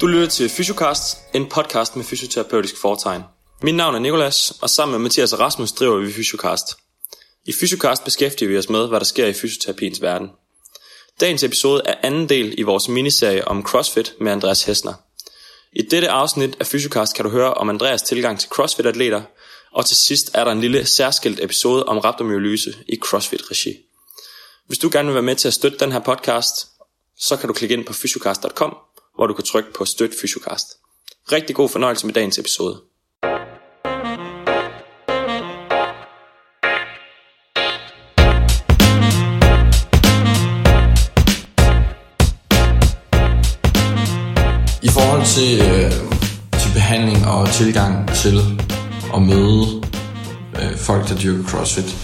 Du lytter til Fysiocast, en podcast med fysioterapeutisk fortegn. Mit navn er Nicolas, og sammen med Mathias og Rasmus driver vi Fysiocast. I Fysiocast beskæftiger vi os med, hvad der sker i fysioterapiens verden. Dagens episode er anden del i vores miniserie om CrossFit med Andreas Hessner. I dette afsnit af Fysiocast kan du høre om Andreas tilgang til CrossFit-atleter, og til sidst er der en lille særskilt episode om rhabdomyolyse i CrossFit-regi. Hvis du gerne vil være med til at støtte den her podcast, så kan du klikke ind på fysiocast.com, hvor du kan trykke på Støt Fysiocast. Rigtig god fornøjelse med dagens episode. I forhold til behandling og tilgang til at møde folk, der dyrker CrossFit,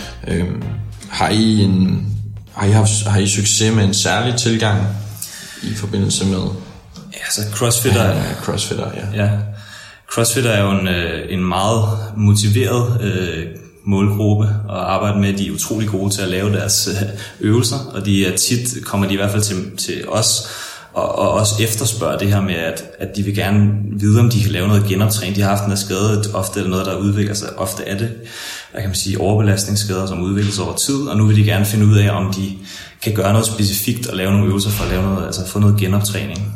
har I succes med en særlig tilgang i forbindelse med? Ja, så CrossFitter, ja. CrossFitter er jo en meget motiveret målgruppe at arbejde med. De er utrolig gode til at lave deres øvelser, og kommer de i hvert fald til os og også efterspørger det her med, at de vil gerne vide, om de kan lave noget genoptræning. De har haft en skade, ofte er det noget, der udvikler sig. Ofte er det, hvad kan man sige, overbelastningsskader, som udvikler sig over tid, og nu vil de gerne finde ud af, om de kan gøre noget specifikt og lave nogle øvelser for at lave noget, altså få noget genoptræning.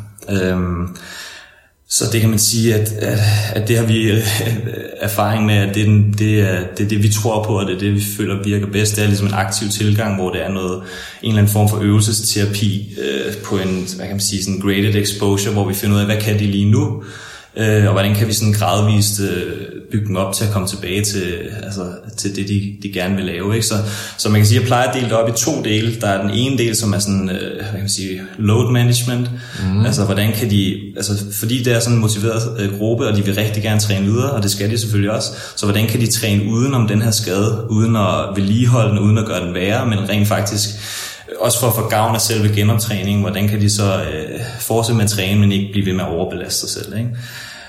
Så det kan man sige, at det har vi erfaring med, at det er det, vi tror på, og det er det, vi føler virker bedst. Det er ligesom en aktiv tilgang, hvor det er en eller anden form for øvelsesterapi på en, hvad kan man sige, sådan graded exposure, hvor vi finder ud af, hvad kan de lige nu, og hvordan kan vi sådan gradvist bygge dem op til at komme tilbage til det, de gerne vil lave, ikke? Så man kan sige, at jeg plejer at dele det op i to dele. Der er den ene del, som er sådan, hvad kan man sige, load management. Altså, hvordan kan de, altså, fordi det er sådan en motiveret gruppe, og de vil rigtig gerne træne videre, og det skal de selvfølgelig også. Så hvordan kan de træne uden om den her skade, uden at vedligeholde den, uden at gøre den værre, men rent faktisk også for at få gavn af selve genoptræningen, hvordan kan de så fortsætte med at træne, men ikke blive ved med at overbelaste sig selv, ikke?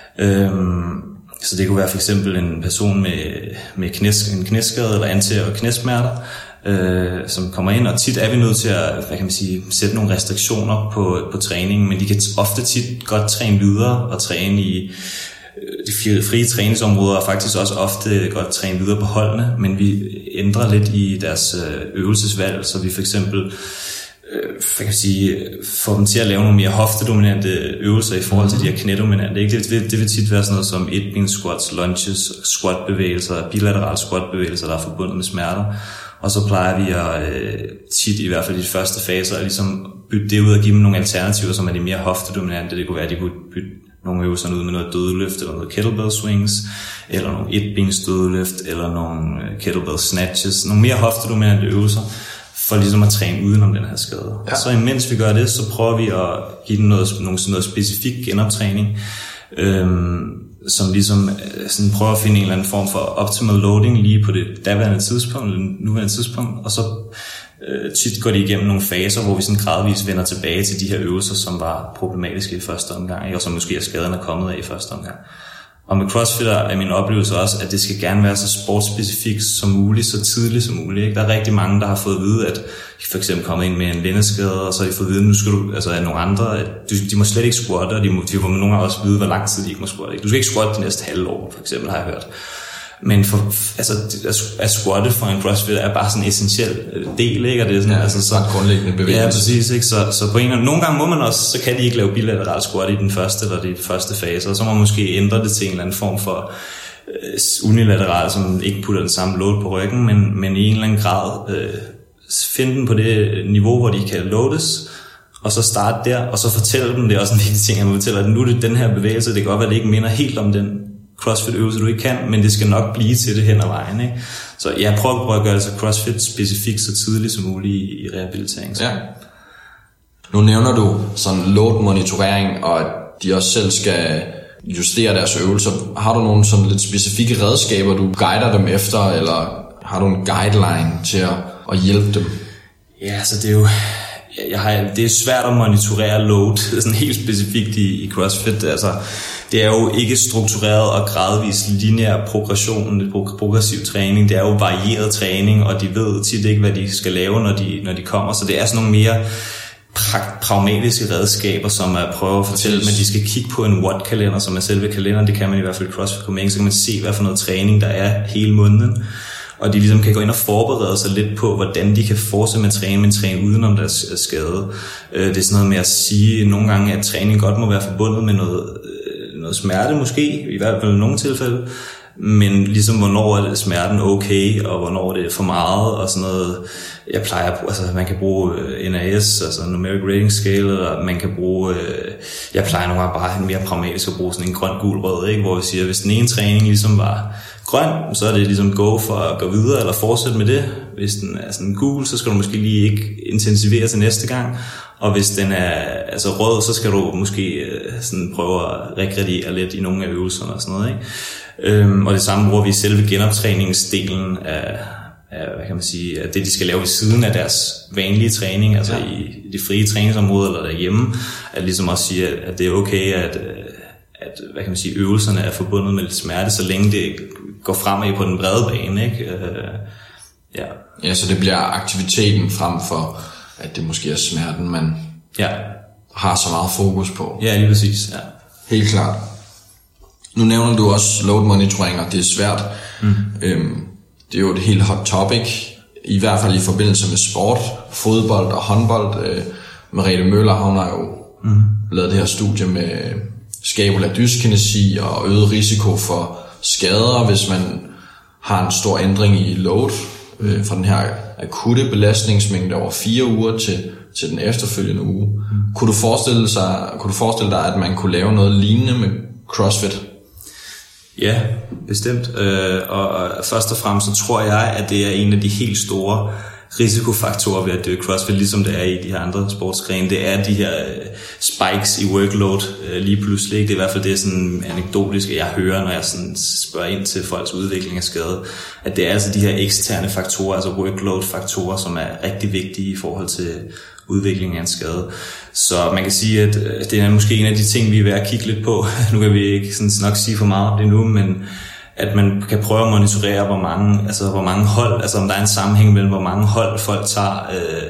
Så det kunne være for eksempel en person med en knæskade eller anterior knæsmerter, som kommer ind, og tit er vi nødt til at, hvad kan man sige, sætte nogle restriktioner på træningen, men de kan ofte tit godt træne videre og træne i de frie træningsområder, og faktisk også ofte godt træne videre på holdene, men vi ændrer lidt i deres øvelsesvalg, så vi for eksempel kan man sige, får dem til at lave nogle mere hoftedominante øvelser i forhold til de her knædominante. Det vil tit være sådan noget som etbens squats, lunges, squatbevægelser, bilateral squatbevægelser, der er forbundet med smerter. Og så plejer vi at tit, i hvert fald i de første faser, at ligesom bytte det ud og give dem nogle alternativer, som er de mere hoftedominante. Det kunne være, at de kunne bytte nogle øvelser ud med noget dødeløft, eller noget kettlebell swings, eller nogle etbens dødeløft, eller nogle kettlebell snatches. Nogle mere hoftedominante øvelser, for ligesom at træne udenom den her skade. Ja. Så imens vi gør det, så prøver vi at give den noget specifik genoptræning, som ligesom sådan prøver at finde en eller anden form for optimal loading lige på det daværende tidspunkt, eller nuværende tidspunkt, og så tit går det igennem nogle faser, hvor vi sådan gradvist vender tilbage til de her øvelser, som var problematiske i første omgang, og som måske er skaderne er kommet af i første omgang. Og med CrossFitter er min oplevelse også, at det skal gerne være så sportsspecifikt som muligt, så tidligt som muligt, ikke? Der er rigtig mange, der har fået at vide, at de for eksempel kommet ind med en lændeskade, og så har de fået at vide, nu skal du, altså af nogle andre, at de må slet ikke squatte, og de må nogle gange også vide, hvor lang tid de ikke må squatte. Ikke? Du skal ikke squatte de næste halve år, for eksempel, har jeg hørt. Men at squatte for en CrossFit er bare sådan en essentiel del, ikke? Og det er sådan, altså så grundlæggende bevægelse. Ja, præcis, ikke? Så på nogle gange må man også, så kan de ikke lave bilateral squat i den første eller de første fase, og så må man måske ændre det til en eller anden form for unilateral, som ikke putter den samme load på ryggen, men i en eller anden grad finde den på det niveau, hvor de kan loades, og så starte der, og så fortælle dem, det er også en vigtig ting, at man fortæller, at nu er det den her bevægelse, det kan godt være, at det ikke minder helt om den CrossFit-øvelse, du ikke kan, men det skal nok blive til det hen ad vejen, ikke? Så jeg prøver at gøre det så CrossFit specifikt så tidligt som muligt i rehabilitering. Ja. Nu nævner du sådan load-monitorering, og at de også selv skal justere deres øvelser. Har du nogle sådan lidt specifikke redskaber, du guider dem efter, eller har du en guideline til at hjælpe dem? Ja, så det er jo... det er svært at monitorere load sådan helt specifikt i CrossFit. Altså, det er jo ikke struktureret og gradvis lineær progression, progressiv træning. Det er jo varieret træning, og de ved tit ikke, hvad de skal lave, når de kommer. Så det er sådan nogle mere pragmatiske redskaber, som at prøve at fortælle, men de skal kigge på en watt-kalender, som er selve kalenderen. Det kan man i hvert fald i CrossFit Copenhagen, så kan man se, hvad for noget træning der er hele måneden. Og de ligesom kan gå ind og forberede sig lidt på, hvordan de kan fortsætte med at træne, men træne udenom deres skade. Det er sådan noget med at sige nogle gange, at træning godt må være forbundet med noget smerte måske, i hvert fald i nogle tilfælde. Men ligesom hvornår er smerten okay, og hvornår det er for meget, og sådan noget. Jeg plejer, altså man kan bruge NRS, altså Numeric Rating Scale, og man kan bruge, jeg plejer nogle gange bare mere pragmatisk at bruge sådan en grøn, gul, rød, ikke? Hvor jeg siger, hvis den ene træning ligesom var grøn, så er det ligesom go for at gå videre, eller fortsætte med det. Hvis den er sådan gul, så skal du måske lige ikke intensivere til næste gang. Og hvis den er altså rød, så skal du måske sådan prøve at regrediere lidt i nogle af øvelserne og sådan noget, ikke? Og det samme bruger vi i selve genoptræningsdelen af hvad kan man sige, at det de skal lave ved siden af deres vanlige træning, altså i de frie træningsområder eller derhjemme, at ligesom også sige, at det er okay, at hvad kan man sige, øvelserne er forbundet med lidt smerte, så længe det går fremad på den brede bane, ikke? Ja, så det bliver aktiviteten frem for, at det måske er smerten, man har så meget fokus på. Ja, lige præcis, ja. Helt klart. Nu nævner du også load monitorering, og det er svært. Det er jo et helt hot topic, i hvert fald i forbindelse med sport, fodbold og håndbold. Merete Møller, hun har jo lavet det her studie med scapula dyskinesi og øget risiko for skader, hvis man har en stor ændring i load fra den her akutte belastningsmængde over 4 uger til den efterfølgende uge. Kunne du forestille dig, at man kunne lave noget lignende med CrossFit? Ja, bestemt. Og først og fremmest så tror jeg, at det er en af de helt store risikofaktorer ved at dyrke CrossFit, ligesom det er i de her andre sportsgrene. Det er de her spikes i workload lige pludselig. Det er i hvert fald det sådan anekdotiske, jeg hører, når jeg sådan spørger ind til folks udvikling af skade. At det er altså de her eksterne faktorer, altså workload-faktorer, som er rigtig vigtige i forhold til udviklingen af en skade. Så man kan sige, at det er måske en af de ting, vi er ved at kigge lidt på. Nu kan vi ikke sådan nok sige for meget om det nu, men at man kan prøve at monitorere, hvor mange hold, altså om der er en sammenhæng mellem, hvor mange hold folk tager,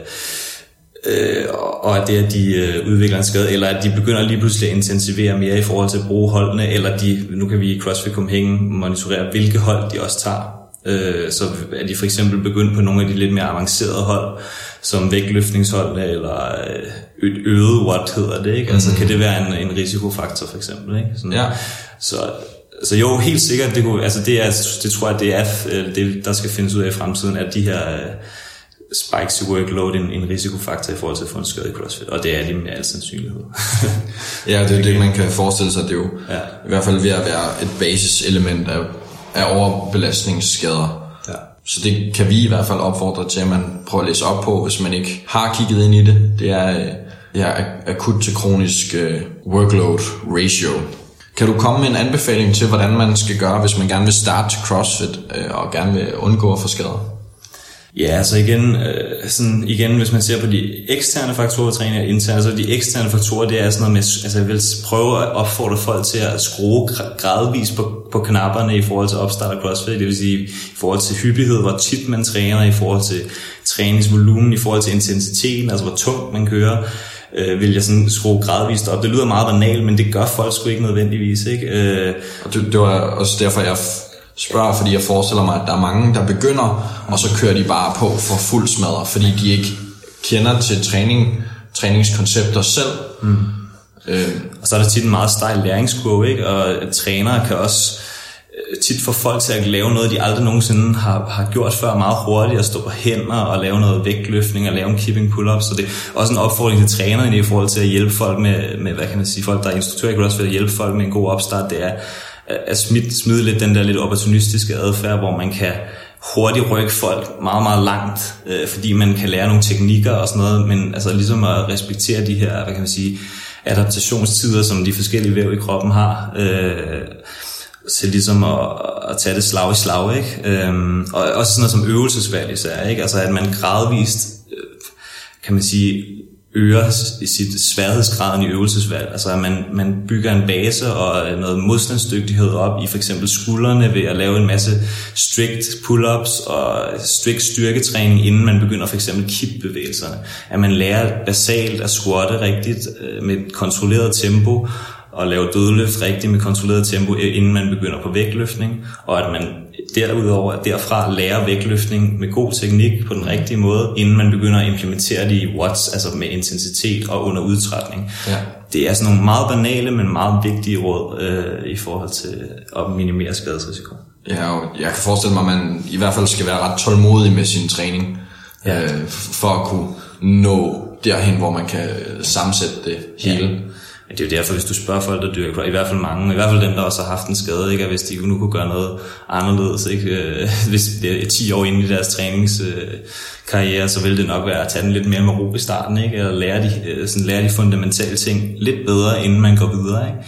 og at det er, at de udvikler en skade, eller at de begynder lige pludselig at intensivere mere i forhold til at bruge holdene, eller nu kan vi i CrossFit Copenhagen monitorere, hvilke hold de også tager. Så er de for eksempel begyndt på nogle af de lidt mere avancerede hold, som vægtløftningshold eller et øget watt hedder det, ikke? Altså kan det være en risikofaktor for eksempel, ikke? Sådan. Ja. Så jo, helt sikkert, det tror jeg, det er det, der skal findes ud af i fremtiden, at de her spikes i workload en risikofaktor i forhold til at få en skade i CrossFit, og det er de med al sandsynlighed. Ja, det er det, man kan forestille sig, det er jo i hvert fald ved at være et basiselement af overbelastningsskader. Ja. Så det kan vi i hvert fald opfordre til, at man prøver at læse op på, hvis man ikke har kigget ind i det. Det er akut til kronisk workload ratio. Kan du komme med en anbefaling til, hvordan man skal gøre, hvis man gerne vil starte til CrossFit og gerne vil undgå at få skader? Ja, altså igen, hvis man ser på de eksterne faktorer, træning og interne, så de eksterne faktorer, det er sådan noget med, altså jeg vil prøve at opfordre folk til at skrue gradvist på knapperne i forhold til opstart af CrossFit, det vil sige i forhold til hyppighed, hvor tit man træner, i forhold til træningsvolumen, i forhold til intensiteten, altså hvor tungt man kører, vil jeg sådan skrue gradvist op. Det lyder meget banalt, men det gør folk sgu ikke nødvendigvis, ikke? Og det var også derfor, jeg spørger, fordi jeg forestiller mig, at der er mange, der begynder, og så kører de bare på for fuld smadre, fordi de ikke kender til træningskoncepter selv. Og så er der tit en meget stejl læringskurve, ikke? Og trænere kan også tit få folk til at lave noget, de aldrig nogensinde har gjort før, meget hurtigt, at stå på hænder og lave noget vægtløftning og lave en keeping pull-up. Så det er også en opfordring til trænerne i forhold til at hjælpe folk med hvad kan man sige, folk der er instruktører i CrossFit, at hjælpe folk med en god opstart. Det er at smide lidt den der lidt opportunistiske adfærd, hvor man kan hurtigt rykke folk meget, meget langt, fordi man kan lære nogle teknikker og sådan noget, men altså ligesom at respektere de her, hvad kan man sige, adaptationstider, som de forskellige væv i kroppen har, så ligesom at tage det slag i slag, ikke? Og også sådan noget som øvelsesvalg især, ikke? Altså at man gradvist, kan man sige, øger sit sværhedsgraden i øvelsesvalg. Altså at man bygger en base og noget modstandsdygtighed op i for eksempel skuldrene ved at lave en masse strict pull-ups og strict styrketræning, inden man begynder for eksempel kip-bevægelserne. At man lærer basalt at squatte rigtigt med et kontrolleret tempo og lave dødløft rigtigt med kontrolleret tempo, inden man begynder på vægtløftning, og at man derfra lærer vægtløftning med god teknik på den rigtige måde, inden man begynder at implementere det i watts, altså med intensitet og under udtrætning. Ja. Det er sådan nogle meget banale, men meget vigtige råd i forhold til at minimere skadesrisiko. Ja, og jeg kan forestille mig, at man i hvert fald skal være ret tålmodig med sin træning, for at kunne nå derhen, hvor man kan sammensætte det hele. Ja. Men det er jo derfor, hvis du spørger folk, der dyrker, i hvert fald mange, i hvert fald dem, der også har haft en skade, ikke? At hvis de nu kunne gøre noget anderledes, ikke? Hvis det er 10 år inde i deres træningskarriere, så vil det nok være at tage den lidt mere med ro i starten, ikke? Og lære de fundamentale ting lidt bedre, inden man går videre, ikke?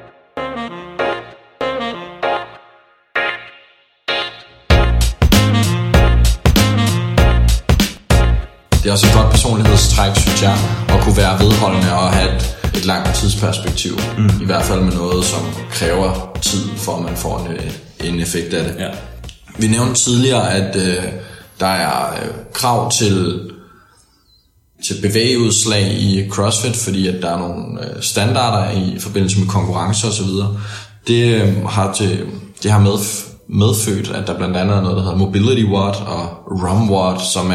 Det er også et godt personlighedstræk, synes jeg, at kunne være vedholdende og have et langt tidsperspektiv. I hvert fald med noget, som kræver tid, for at man får en effekt af det. Ja. Vi nævnte tidligere, at der er krav til bevægeudslag i CrossFit, fordi at der er nogle standarder i forbindelse med konkurrencer osv. Det har medfødt, at der blandt andet er noget, der hedder Mobility Watt og ROM Watt, som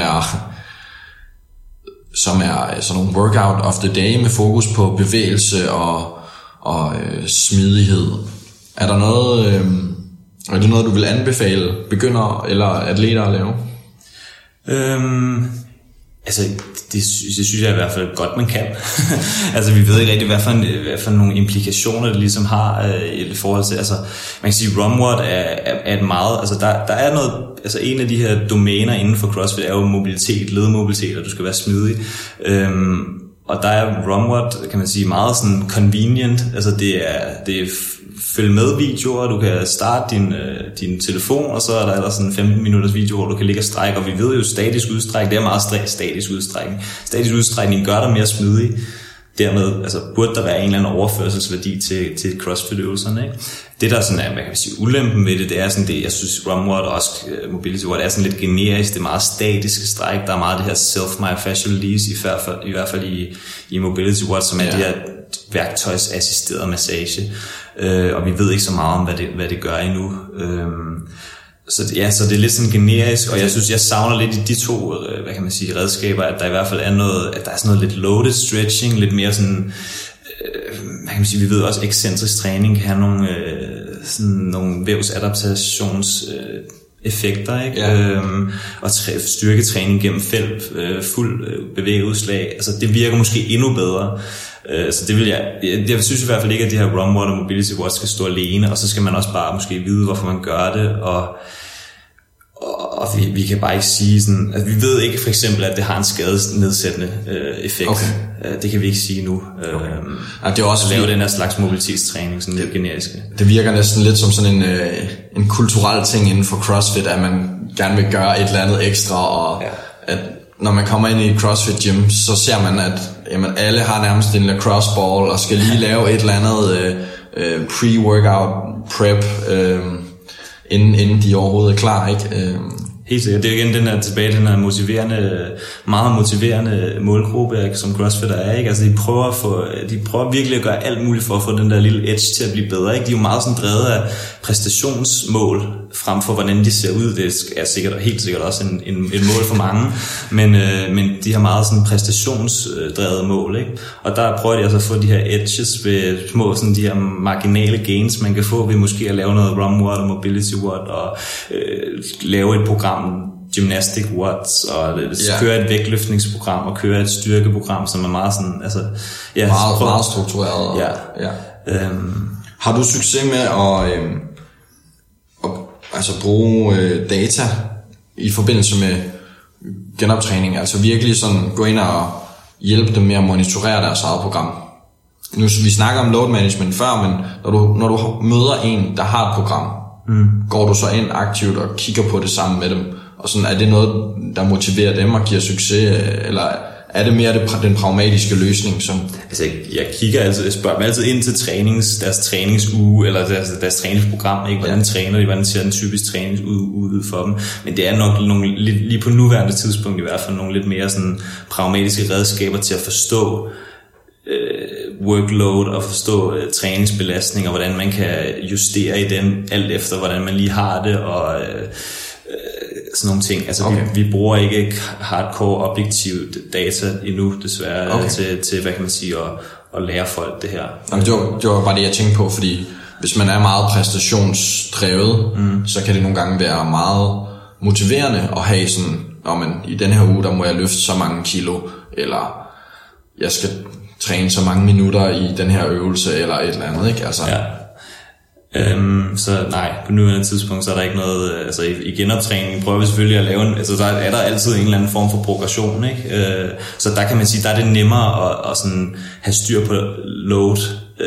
er sådan nogle workout of the day med fokus på bevægelse og smidighed. Er det noget, du vil anbefale begyndere eller atleter at lave? Altså, det synes jeg i hvert fald godt, man kan. Altså, vi ved ikke rigtig, hvad for nogle implikationer det ligesom har i forhold til, altså, man kan sige, ROM-WOD er et meget, altså, der er noget, altså, en af de her domæner inden for CrossFit er jo mobilitet, ledmobilitet, og du skal være smidig. Og der er ROM-WOD, kan man sige, meget sådan convenient, altså, det er følg med videoer, du kan starte din telefon, og så er der ellers sådan 15 minutters video, hvor du kan ligge og strække, og vi ved jo, statisk udstrækning, det er meget statisk udstrækning. Statisk udstrækning gør dig mere smidig. Dermed altså, burde der være en eller anden overførselsværdi til CrossFit-øvelserne, ikke? Det der sådan er, man kan sige, ulempen ved det er sådan det, jeg synes ROM-WOD og også Mobility WOD er sådan lidt generisk, det er meget statiske stræk, der er meget det her self-myofascial release, i hvert fald i Mobility WOD, som er det her værktøjsassisteret massage, og vi ved ikke så meget om, hvad det gør endnu. Så det er lidt sådan generisk, og jeg synes, jeg savner lidt i de to, hvad kan man sige, redskaber, at der i hvert fald er noget, at der er sådan noget lidt loaded stretching, lidt mere sådan, hvad kan man sige, vi ved også, excentrisk træning kan have nogle vævsadaptations effekter, ikke? Ja. Og styrketræning gennem felt, fuld bevægeudslag, altså det virker måske endnu bedre. Så det vil jeg synes i hvert fald ikke, at det her ROM-WOD og Mobility WOD skal stå alene, og så skal man også bare måske vide, hvorfor man gør det, og vi kan bare ikke sige sådan, at vi ved ikke for eksempel, at det har en skadesnedsættende effekt. Okay. Det kan vi ikke sige nu. Okay. Det er også at lave den her slags mobilitetstræning, sådan lidt generisk. Det virker næsten lidt som sådan en kulturel ting inden for CrossFit, at man gerne vil gøre et eller andet ekstra, og at når man kommer ind i et CrossFit gym, så ser man, at jamen, alle har nærmest en lacrosse ball og skal lige lave et eller andet pre-workout prep, inden de overhovedet er klar, ikke? Helt sikkert. Det er jo igen den her meget motiverende målgruppe, som CrossFitter er, ikke? Altså de prøver virkelig at gøre alt muligt for at få den der lille edge til at blive bedre, ikke? De er jo meget sådan drevet af præstationsmål frem for hvordan de ser ud. Det er helt sikkert også et mål for mange, men de har meget sådan præstationsdrevet mål, ikke? Og der prøver de altså at få de her edges ved små sådan de her marginale gains, man kan få ved måske at lave noget ROM-WOD og Mobility WOD og lave et program gymnastic watts og køre et vægtløftningsprogram og køre et styrkeprogram, som er meget sådan, altså meget struktureret. Ja. Har du succes med at bruge data i forbindelse med genoptræning, altså virkelig sådan gå ind og hjælpe dem med at monitorere deres eget program? Nu vi snakker om load management før, men når du møder en, der har et program, går du så ind aktivt og kigger på det sammen med dem, og sådan, er det noget, der motiverer dem og giver succes, eller er det mere den pragmatiske løsning, som... Altså, jeg spørger mig altid ind til deres træningsuge, eller deres træningsprogram, ikke? Hvordan træner de, hvordan ser den typisk træningsuge ud for dem. Men det er nok lige på nuværende tidspunkt i hvert fald nogle lidt mere sådan pragmatiske redskaber til at forstå workload og forstå træningsbelastning, og hvordan man kan justere i den, alt efter hvordan man lige har det, og sådan nogle ting. Altså vi bruger ikke hardcore objektivt data endnu, desværre, til hvad kan man sige, at lære folk det her. Jamen, det var bare det, jeg tænkte på, fordi hvis man er meget præstationsdrevet, så kan det nogle gange være meget motiverende at have sådan, men i den her uge, der må jeg løfte så mange kilo, eller jeg skal træne så mange minutter i den her øvelse, eller et eller andet, ikke? Altså... Ja. Så nej, på nuværende tidspunkt, så er der ikke noget, altså i genoptræning prøver vi selvfølgelig at lave altså der er der altid en eller anden form for progression, ikke? Så der kan man sige, der er det nemmere at sådan have styr på load,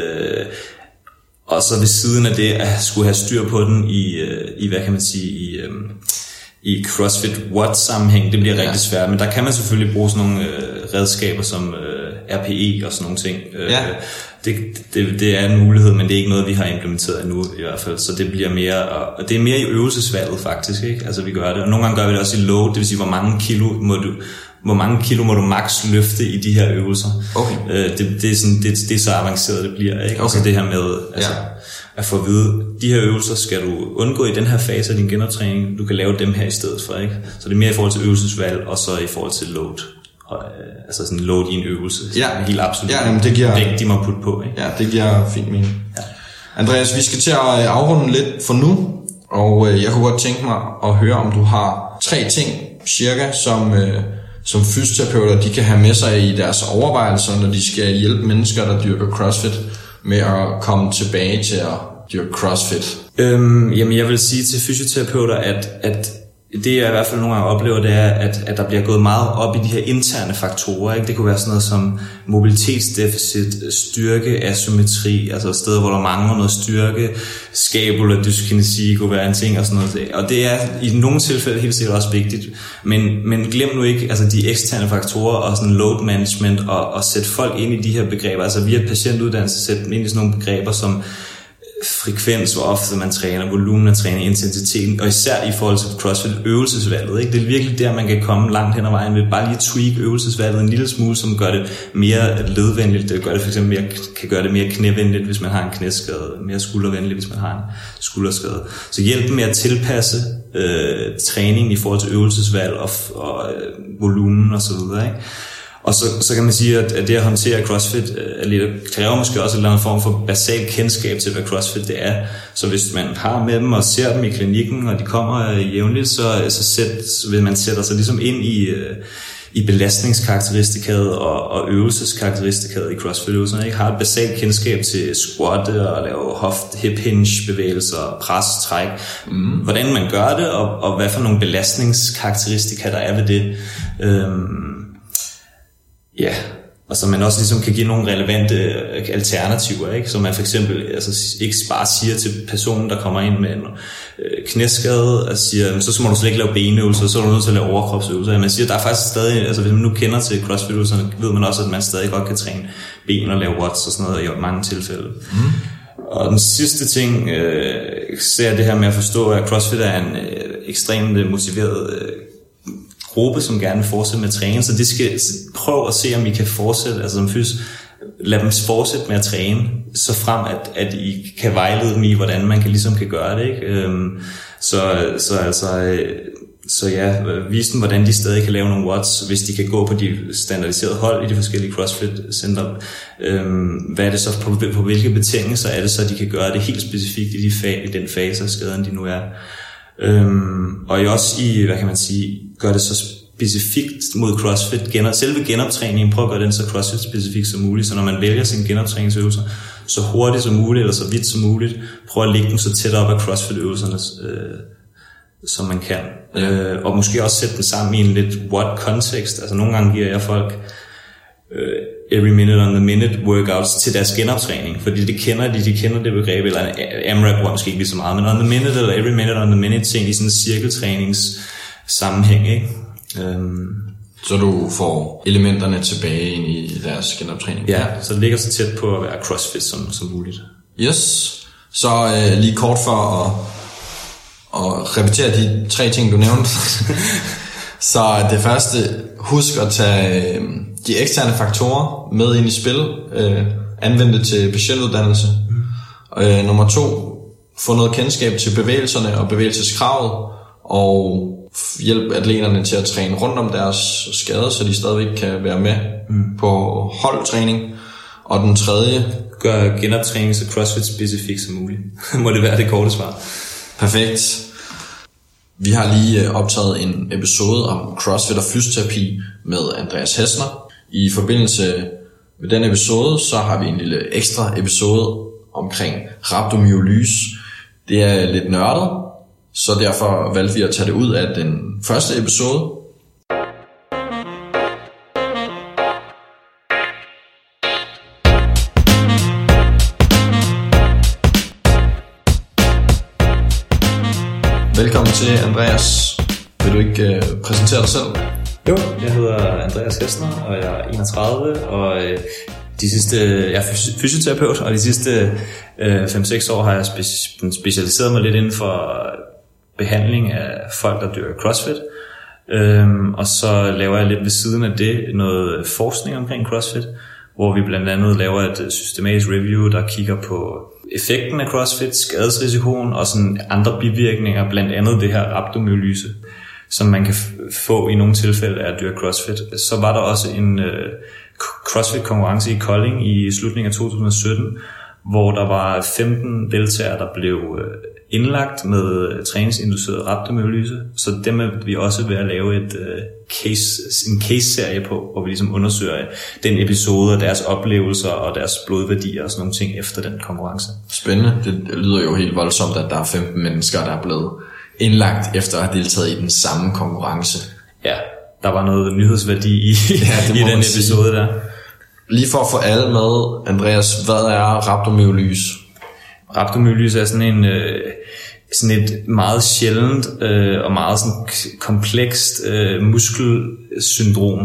og så ved siden af det at skulle have styr på den i hvad kan man sige, i CrossFit Watt sammenhæng, det bliver rigtig svært, men der kan man selvfølgelig bruge sådan nogle redskaber som RPE og sådan nogle ting. Det er en mulighed, men det er ikke noget, vi har implementeret endnu i hvert fald, så det bliver mere, og det er mere i øvelsesvalget faktisk, ikke? Altså vi gør det, og nogle gange gør vi det også i load, det vil sige, hvor mange kilo må du max løfte i de her øvelser. Okay. Det er så avanceret, det bliver, ikke? Okay. Altså det her med, altså, at få at vide, de her øvelser skal du undgå i den her fase af din genoptræning, du kan lave dem her i stedet for, ikke? Så det er mere i forhold til øvelsesvalg, og så i forhold til load. Altså sådan load i en øvelse. Helt absolut. Ja, det giver... vægt, de må putte på, ikke? Ja, det giver fint mening. Ja. Andreas, vi skal til at afrunde lidt for nu, og jeg kunne godt tænke mig at høre, om du har 3 ting cirka, som fysioterapeuter de kan have med sig i deres overvejelser, når de skal hjælpe mennesker, der dyrker CrossFit, med at komme tilbage til at dyrke CrossFit. Jamen jeg vil sige til fysioterapeuter, at det jeg i hvert fald nogle gange oplever, det er, at der bliver gået meget op i de her interne faktorer, ikke? Det kunne være sådan noget som mobilitetsdeficit, styrke, asymmetri, altså steder, hvor der mangler noget styrke, skabula dyskinesi kunne være en ting og sådan noget. Og det er i nogle tilfælde helt sikkert også vigtigt, men glem nu ikke altså de eksterne faktorer og sådan load management og sætte folk ind i de her begreber, altså via patientuddannelse sætte dem ind i sådan nogle begreber som frekvens, hvor ofte man træner, volumen af træning, intensiteten, og især i forhold til CrossFit øvelsesvalget, ikke? Det er virkelig der, man kan komme langt hen ad vejen ved bare lige at tweak øvelsesvalget en lille smule, som gør det mere ledvenligt. Det gør det for eksempel kan gøre det mere knævenligt, hvis man har en knæskade, mere skuldervenligt, hvis man har en skulderskade. Så hjælp med at tilpasse træningen i forhold til øvelsesvalg og volumen og så videre, ikke? Og så kan man sige, at det at håndtere CrossFit kræver måske også en eller anden form for basal kendskab til, hvad CrossFit det er. Så hvis man har med dem og ser dem i klinikken, og de kommer jævnligt, så vil man sætte sig ligesom ind i belastningskarakteristikaet og øvelseskarakteristikaet i CrossFit-øvelserne. Ikke? Har et basalt kendskab til squat og lave hip hinge bevægelser, pres, træk. Hvordan man gør det, og hvad for nogle belastningskarakteristika der er ved det. Ja, og så man også ligesom kan give nogle relevante alternativer, ikke? Så man for eksempel altså ikke bare siger til personen, der kommer ind med en knæskade, og siger, så må du slet ikke lave benøvelser, så er du nødt til at lave overkropsøvelser. Man siger, der er faktisk stadig, altså hvis man nu kender til CrossFit-øvelserne, ved man også, at man stadig godt kan træne ben og lave watts og sådan noget i mange tilfælde. Og den sidste ting, ser det her med at forstå, at CrossFit er en ekstremt motiveret gruppe, som gerne vil fortsætte med at træne, så det skal prøve at se, om I kan fortsætte, altså som fysisk, lad dem fortsætte med at træne, så frem at I kan vejlede dem i, hvordan man ligesom kan gøre det, ikke? Så ja, vise dem, hvordan de stadig kan lave nogle watts, hvis de kan gå på de standardiserede hold i de forskellige CrossFit-center. Hvad er det så, på hvilke betingelser er det så, de kan gøre det helt specifikt i den fase af skaden, de nu er. Og også i, hvad kan man sige, gør det så specifikt mod CrossFit. Selve genoptræningen, prøv at gøre den så CrossFit-specifik som muligt, så når man vælger sine genoptræningsøvelser, så hurtigt som muligt, eller så vidt som muligt, prøv at lægge dem så tæt op af CrossFit-øvelserne, som man kan. Og måske også sætte dem sammen i en lidt what-kontekst. Altså nogle gange giver jeg folk every minute on the minute workouts til deres genoptræning, fordi de kender det begreb, eller AMRAP var måske ikke lige så meget, men on the minute eller every minute on the minute ting i sådan en cirkeltræningssammenhæng, ikke? Så du får elementerne tilbage ind i deres genoptræning? Ja, så det ligger så tæt på at være CrossFit som muligt. Yes. Så lige kort for at repetere de 3 ting, du nævnte. Så det første, husk at tage de eksterne faktorer med ind i spil. Anvend det til budgetuddannelse. Nummer 2, få noget kendskab til bevægelserne og bevægelseskravet, og hjælp atleterne til at træne rundt om deres skader, så de stadigvæk kan være med på holdtræning. Og den tredje, gør genoptræning så CrossFit specifik som muligt. Må det være det korte svar. Perfekt. Vi har lige optaget en episode om CrossFit og fysioterapi med Andreas Hessner. I forbindelse med den episode, så har vi en lille ekstra episode omkring rhabdomyolyse. Det er lidt nørdet, så derfor valgte vi at tage det ud af den første episode. Velkommen til, Andreas. Vil du ikke præsentere dig selv? Jo, jeg hedder Andreas Hessner, og jeg er 31, og jeg er fysioterapeut, og de sidste 5-6 år har jeg specialiseret mig lidt inden for behandling af folk, der dyrker CrossFit. Og så laver jeg lidt ved siden af det noget forskning omkring CrossFit, hvor vi blandt andet laver et systematisk review, der kigger på effekten af CrossFit, skadesrisikoen og sådan andre bivirkninger, blandt andet det her rhabdomyolyse, som man kan få i nogle tilfælde af at dyrke CrossFit. Så var der også en CrossFit-konkurrence i Kolding i slutningen af 2017, hvor der var 15 deltagere, der blev indlagt med træningsinduceret rhabdomyolyse. Så dem er vi også ved at lave en case-serie på, hvor vi ligesom undersøger den episode og deres oplevelser og deres blodværdier og sådan nogle ting efter den konkurrence. Spændende. Det lyder jo helt voldsomt, at der er 15 mennesker, der er blevet indlagt efter at have deltaget i den samme konkurrence. Ja, der var noget nyhedsværdi i den episode der. Lige for at få alle med, Andreas, hvad er rhabdomyolyse? Rhabdomyolyse er sådan et meget sjældent og meget sådan komplekst muskelsyndrom,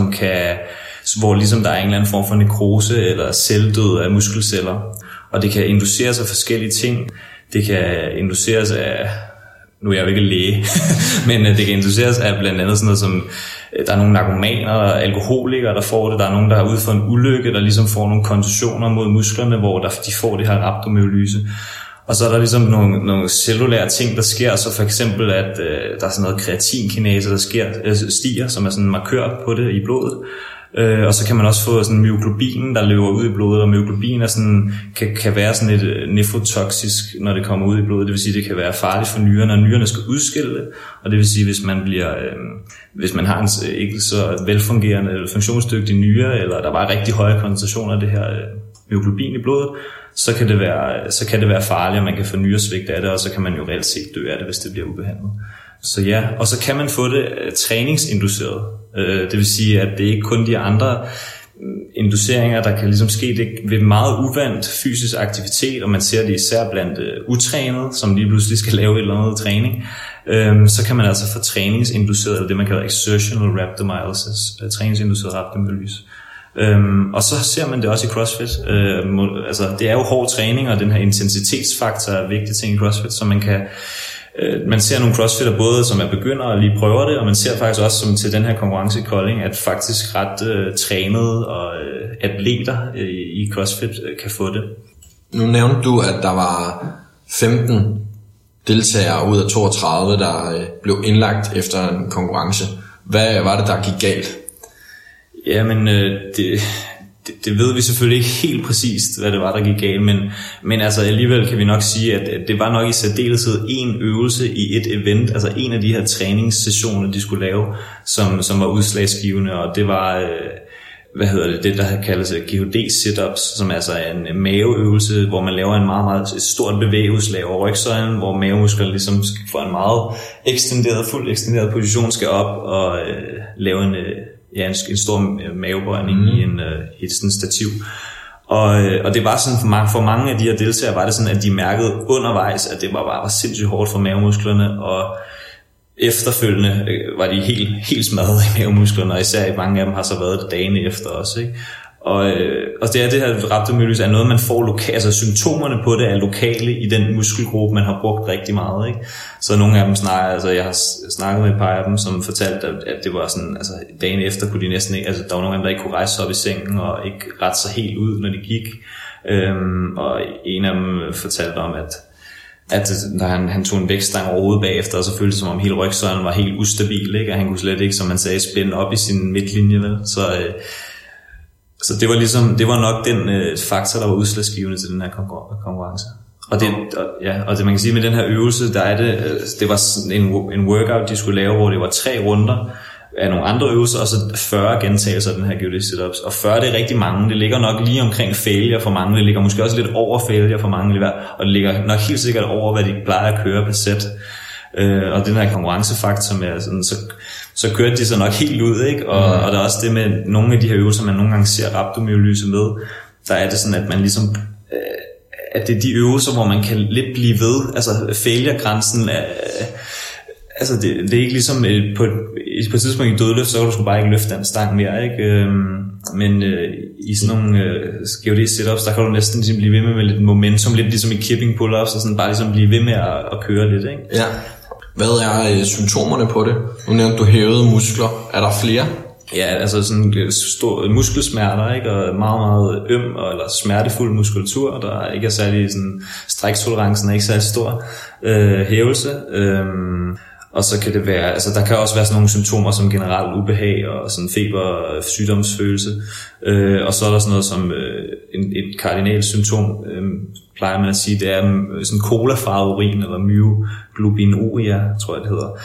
hvor ligesom der er en eller anden form for nekrose eller celledød af muskelceller. Og det kan induceres af forskellige ting. Det kan induceres af, nu er jeg jo ikke læge, men det kan induceres af blandt andet sådan noget som, der er nogle narkomaner og alkoholikere, der får det. Der er nogen, der er ude for en ulykke, der ligesom får nogle kontusioner mod musklerne, hvor de får det her rhabdomyolyse. Og så er der ligesom nogle cellulære ting, der sker, så for eksempel, at der er sådan noget kreatinkinase, der stiger, som er sådan en markør på det i blodet. Og så kan man også få sådan myoglobin, der løber ud i blodet, og myoglobin er sådan, kan være sådan et nefrotoksisk, når det kommer ud i blodet. Det vil sige, det kan være farligt for nyrerne, og nyrerne skal udskille det. Og det vil sige, hvis man har en ikke så velfungerende eller funktionsdygtig nyre, eller der var rigtig høje koncentrationer af det her myoglobin i blodet, så kan det være farligt, og man kan få nyresvigt af det, og så kan man jo reelt set dø af det, hvis det bliver ubehandlet. Så ja, og så kan man få det træningsinduceret. Det vil sige, at det ikke kun de andre induceringer, der kan ligesom ske det ved meget uvant fysisk aktivitet, og man ser det især blandt utrænede, som lige pludselig skal lave et eller andet træning. Så kan man altså få træningsinduceret, eller det man kalder exertional rhabdomyolysis, træningsinduceret rhabdomyolyse. Og så ser man det også i CrossFit. Altså, det er jo hård træning, og den her intensitetsfaktor er en vigtig ting i CrossFit, så man ser nogle crossfitter både som er begynder og lige prøver det, og man ser faktisk også som til den her konkurrence i Kolding, at faktisk ret trænede og atleter i CrossFit kan få det. Nu nævnte du, at der var 15 deltagere ud af 32, der blev indlagt efter en konkurrence. Hvad var det, der gik galt? Jamen, det ved vi selvfølgelig ikke helt præcist, hvad det var, der gik galt, men altså alligevel kan vi nok sige, at det var nok i særdeleshed en øvelse i et event, altså en af de her træningssessioner, de skulle lave, som var udslagsgivende, og det var, det der kaldes GHD sit-ups, som er altså en maveøvelse, hvor man laver en meget, meget stort bevægeudslag over rygsøjlen, hvor mavemusklerne ligesom får en meget fuldt ekstenderet position, skal op og lave en stor mavebøjning i et sådan stativ. Og det var sådan for mange af de her deltagere, var det sådan, at de mærkede undervejs, at det var sindssygt hårdt for mavemusklerne, efterfølgende var de helt smadret i mavemusklerne, og især mange af dem har så været det dagene efter også, ikke? Og det her rhabdomyolyse er noget, man får altså symptomerne på det er lokale i den muskelgruppe, man har brugt rigtig meget, ikke? Så nogle af dem jeg har snakket med et par af dem, som fortalte, at det var sådan, altså dagen efter kunne de næsten ikke, altså der var nogle af dem, der ikke kunne rejse sig op i sengen, og ikke rette sig helt ud, når de gik. Og en af dem fortalte om, at når han tog en vægtstang over hovedet bagefter, og så føltes det som om hele rygsøjlen var helt ustabil, ikke? Og han kunne slet ikke, som man sagde, spænde op i sin midtlinje, vel? Så det var nok den faktor, der var udslagsgivende til den her konkurrence. Og det man kan sige med den her øvelse, der er det var en workout, de skulle lave, hvor det var 3 runder af nogle andre øvelser, og så 40 gentagelser af den her agility sit-ups. Og 40, det er rigtig mange. Det ligger nok lige omkring failure for mange. Det ligger måske også lidt over failure for mange. Og det ligger nok helt sikkert over, hvad de plejer at køre per sæt. Og den her konkurrencefaktor med sådan, så kørte de så nok helt ud, ikke? Og der er også det med nogle af de her øvelser, man nogle gange ser rhabdomyolyse med, der er det sådan, at man ligesom at det er de øvelser, hvor man kan lidt blive ved, altså failure-grænsen altså det er ikke ligesom på et tidspunkt i dødløft, så kan du sgu bare ikke løfte den stang mere, ikke? Men i sådan nogle GOD sit-ups, der kan du næsten ligesom blive ved med lidt momentum, lidt ligesom i kipping pull-ups, og sådan bare ligesom blive ved med at køre lidt, ikke? Ja. Hvad er symptomerne på det? Nu nævnte du hævede muskler. Er der flere? Ja, altså sådan store muskelsmerter, ikke? Og meget, meget øm eller smertefuld muskulatur, der ikke er særlig sådan, stræktolerancen er ikke særlig stor. Hævelse. Og så kan det være, altså der kan også være sådan nogle symptomer som generelt ubehag og sådan feber, sygdomsfølelse. Og så er der sådan noget som et kardinalt symptom, plejer man at sige, det er sådan colafarvet urin eller myoglobinuria, tror jeg det hedder,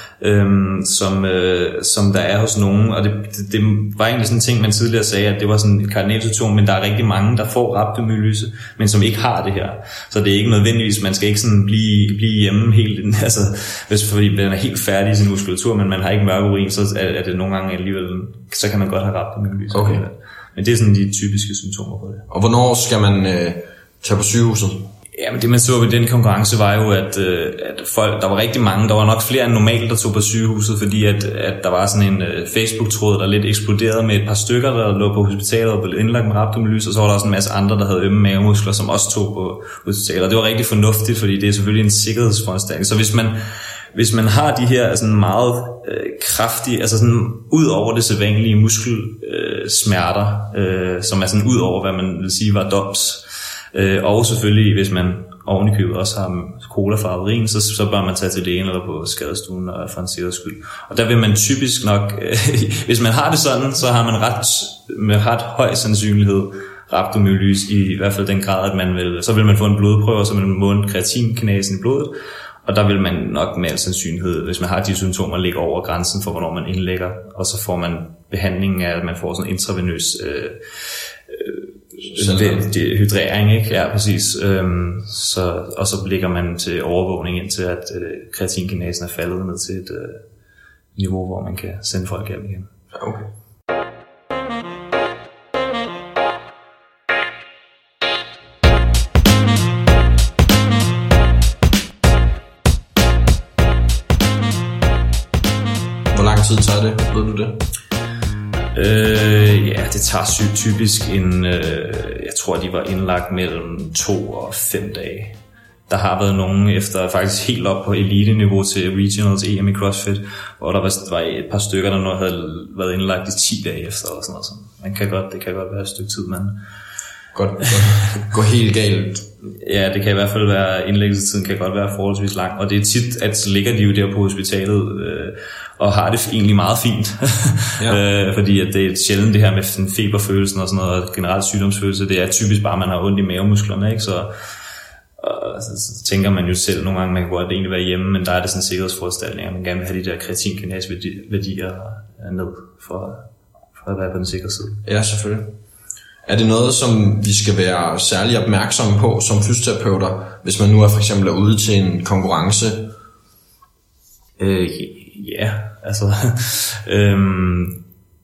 som der er hos nogen, og det var egentlig sådan en ting, man tidligere sagde, at det var sådan et kardinalt symptom, men der er rigtig mange, der får rhabdomyolyse, men som ikke har det her. Så det er ikke nødvendigvis, man skal ikke sådan blive hjemme helt, altså fordi den er helt færdig i sin muskulatur, men man har ikke mørk urin, så er det nogle gange alligevel, så kan man godt have rhabdomyolyse. Okay. Men det er sådan de typiske symptomer på det. Og hvornår skal man tage på sygehuset? Ja, men det man så ved den konkurrence var jo, at folk, der var rigtig mange, der var nok flere end normalt, der tog på sygehuset, fordi at der var sådan en Facebook-tråd, der lidt eksploderede med et par stykker, der lå på hospitalet og blev indlagt med rhabdomyolyse, og så var der også en masse andre, der havde ømme mavemuskler, som også tog på hospitalet. Og det var rigtig fornuftigt, fordi det er selvfølgelig en sikkerhedsforanstaltning. Så hvis man har de her sådan meget kraftige, altså sådan ud over det sædvanlige muskelsmerter, som er sådan ud over, hvad man vil sige var DOMS, og selvfølgelig, hvis man oven i købet også har colafarvet urin, så bør man tage til lægen eller på skadestuen og for en sikkerheds skyld. Og der vil man typisk nok, hvis man har det sådan, så har man med ret høj sandsynlighed rhabdomyolyse, i hvert fald den grad, at så vil man få en blodprøve, og så vil man måle kreatinkinasen i blodet, og der vil man nok med al sandsynlighed, hvis man har de symptomer, ligge over grænsen for, hvornår man indlægger, og så får man behandlingen af, at man får sådan en intravenøs hydrering, ikke? Ja, præcis. Og så ligger man til overvågning indtil at kreatinkinasen er faldet ned til et niveau, hvor man kan sende folk hjem igen. Okay. Hvor lang tid tager det? Ved du det? Ja, det tager typisk jeg tror de var indlagt mellem 2 og 5 dage. Der har været nogen efter faktisk helt op på elite-niveau til Regionals EM i CrossFit, hvor der var et par stykker, der nu havde været indlagt i 10 dage efter eller sådan noget. Det kan godt være et stykke tid, men godt gå helt galt. Ja, det kan i hvert fald være, indlæggelsetiden kan godt være forholdsvis lang, og det er tit, at så ligger de jo der på hospitalet og har det egentlig meget fint. Ja. Fordi at det er sjældent det her med sådan feberfølelsen og sådan noget, og generelt sygdomsfølelse, det er typisk bare, at man har ondt i mavemusklerne, ikke? Så tænker man jo selv nogle gange, man kan godt egentlig være hjemme, men der er det sådan en sikkerhedsforanstaltning, at man gerne vil have de der kreatinkinase-værdier ned for at være på den sikre side. Ja, selvfølgelig. Er det noget, som vi skal være særlig opmærksomme på som fysioterapeuter, hvis man nu er for eksempel ude til en konkurrence? Ja, altså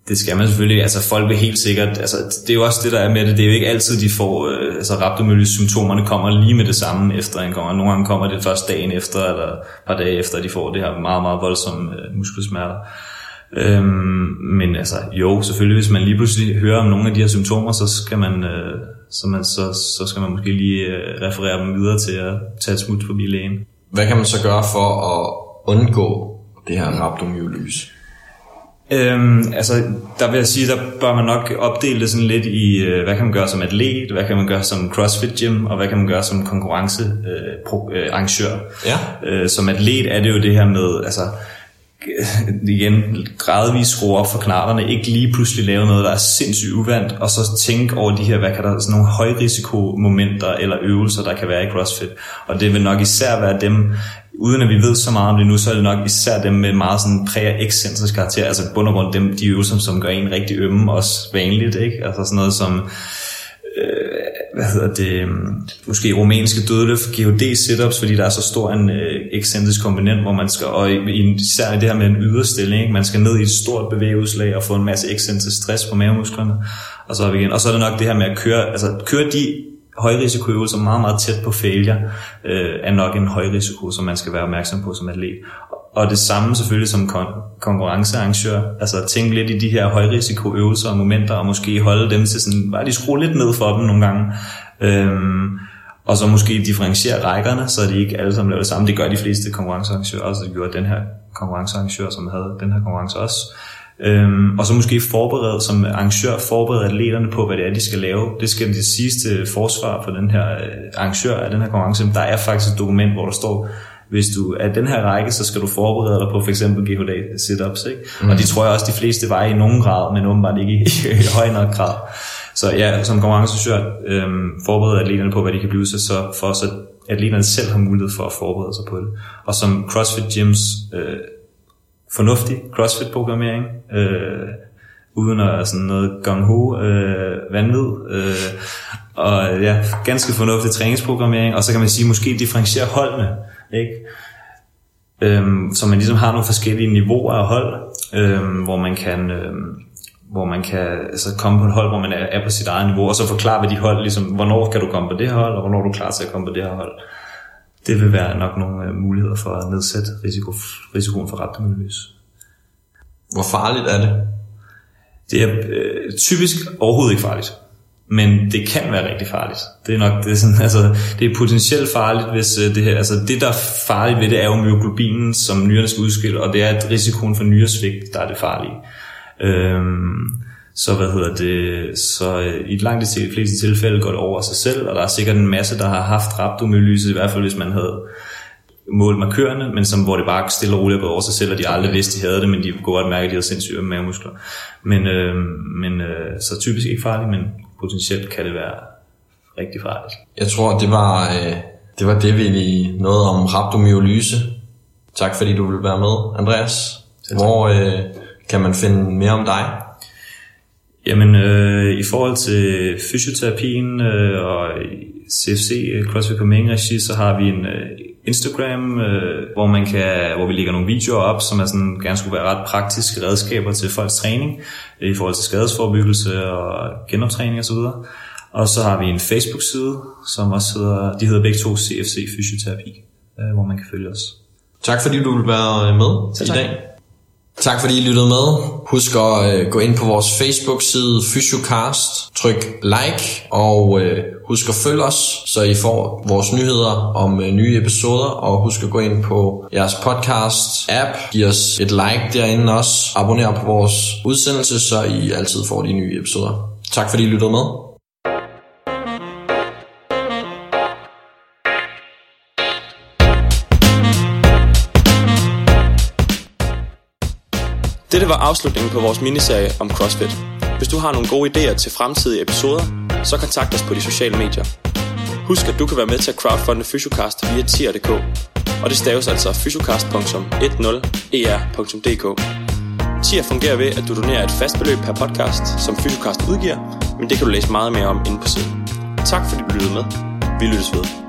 Det skal man selvfølgelig, altså folk vil helt sikkert, altså det er jo også det der er med det er jo ikke altid de får, altså rhabdomyolyse-symptomerne kommer lige med det samme efter en gang, og nogle gange kommer det først dagen efter, eller et par dage efter, de får det her meget, meget voldsomme muskelsmerter. Men altså jo, selvfølgelig hvis man lige pludselig hører om nogle af de her symptomer, så skal man, så skal man måske lige referere dem videre til at tage et smut forbi lægen. Hvad kan man så gøre for at undgå det her rhabdomyolyse? Altså der vil jeg sige, der bør man nok opdele det sådan lidt i hvad kan man gøre som atlet, hvad kan man gøre som CrossFit gym, og hvad kan man gøre som konkurrencearrangør. Som atlet er det jo det her med, altså igen gradvist skrue op for knallerne, ikke lige pludselig lave noget der er sindssygt uvandt, og så tænke over de her, hvad kan der sådan nogle højrisikomomenter eller øvelser der kan være i CrossFit, og det vil nok især være dem, uden at vi ved så meget om det nu, så er det nok især dem med meget sådan præ-ekscentrisk karakter, altså bund og grund de øvelser, som gør en rigtig ømme, også vanligt, ikke? Altså sådan noget som måske rumænske dødløft, GHD sit-ups, fordi der er så stor en ekscentrisk komponent, hvor man skal, og især i det her med en yderstilling, ikke? Man skal ned i et stort bevægeudslag og få en masse ekscentrisk stress på mavemusklerne, og så igen. Og så er det nok det her med at køre de højrisikoøvelser meget, meget tæt på failure, er nok en højrisiko, som man skal være opmærksom på som atlet. Og det samme selvfølgelig som konkurrencearrangør, altså tænke lidt i de her højrisikoøvelser og momenter, og måske holde dem til sådan, bare de skrue lidt ned for dem nogle gange, og så måske differentiere rækkerne, så de ikke alle sammen laver det samme. Det gør de fleste konkurrencearrangører også, det gjorde den her konkurrencearrangør, som havde den her konkurrence også. Og så måske som arrangør forberede atleterne på, hvad det er, de skal lave. Det skal det sidste forsvar for den her arrangør af den her konkurrence. Der er faktisk et dokument, hvor der står, hvis du er den her række, så skal du forberede dig på for eksempel GHD sit-ups, ikke? Og de tror jeg også, de fleste var i nogen grad, men åbenbart ikke i høj nok grad. Så ja, som konkurrencearrangør forberede atleterne på, hvad de kan blive udsat for, så atleterne selv har mulighed for at forberede sig på det. Og som CrossFit gyms fornuftig CrossFit-programmering, uden at sådan noget gung-ho vanvid, og ja, ganske fornuftig træningsprogrammering, og så kan man sige, måske differentiere holdene, ikke? Så man ligesom har nogle forskellige niveauer af hold, hvor man kan altså komme på et hold, hvor man er på sit eget niveau, og så forklare ved de hold, ligesom, hvornår kan du komme på det her hold, og hvornår er du klar til at komme på det her hold. Det vil være nok nogle muligheder for at nedsætte risikoen for rhabdomyolyse. Hvor farligt er det? Det er typisk overhovedet ikke farligt, men det kan være rigtig farligt. Det er nok det sådan, altså det er potentielt farligt, hvis det her, altså det der er farligt ved det er jo myoglobinen, som nyrerne skal udskille, og det er at risikoen for nyresvigt, der er det farlige. Så i langt de fleste tilfælde går det over sig selv, og der er sikkert en masse, der har haft rhabdomyolyse, i hvert fald hvis man havde målt markørerne, men hvor det bare stille og roligt er gået over sig selv, og de aldrig vidste, de havde det, men de kunne godt mærke, at de havde sindssyge mavemuskler. Men så typisk ikke farligt, men potentielt kan det være rigtig farligt. Jeg tror, det var det, vi lige nåede om rhabdomyolyse. Tak fordi du ville være med, Andreas. Hvor kan man finde mere om dig? Jamen, i forhold til fysioterapien og CFC, CrossFit Copenhagen Regi, så har vi en Instagram, hvor vi lægger nogle videoer op, som er sådan, gerne skulle være ret praktiske redskaber til folks træning, i forhold til skadesforebyggelse og genoptræning osv. Og så har vi en Facebook-side, som også hedder begge to CFC Fysioterapi, hvor man kan følge os. Tak fordi du vil være med i dag. Tak fordi I lyttede med. Husk at gå ind på vores Facebook-side Fysiocast, tryk like, og husk at følge os, så I får vores nyheder om nye episoder, og husk at gå ind på jeres podcast-app, giv os et like derinde også, abonner på vores udsendelse, så I altid får de nye episoder. Tak fordi I lyttede med. Dette var afslutningen på vores miniserie om CrossFit. Hvis du har nogle gode idéer til fremtidige episoder, så kontakt os på de sociale medier. Husk, at du kan være med til at crowdfunde Fysiocast via tier.dk, og det staves altså fysiocast.10er.dk. Tier fungerer ved, at du donerer et fast beløb per podcast, som Fysiocast udgiver, men det kan du læse meget mere om inde på siden. Tak fordi du lyttede med. Vi lyttes ved.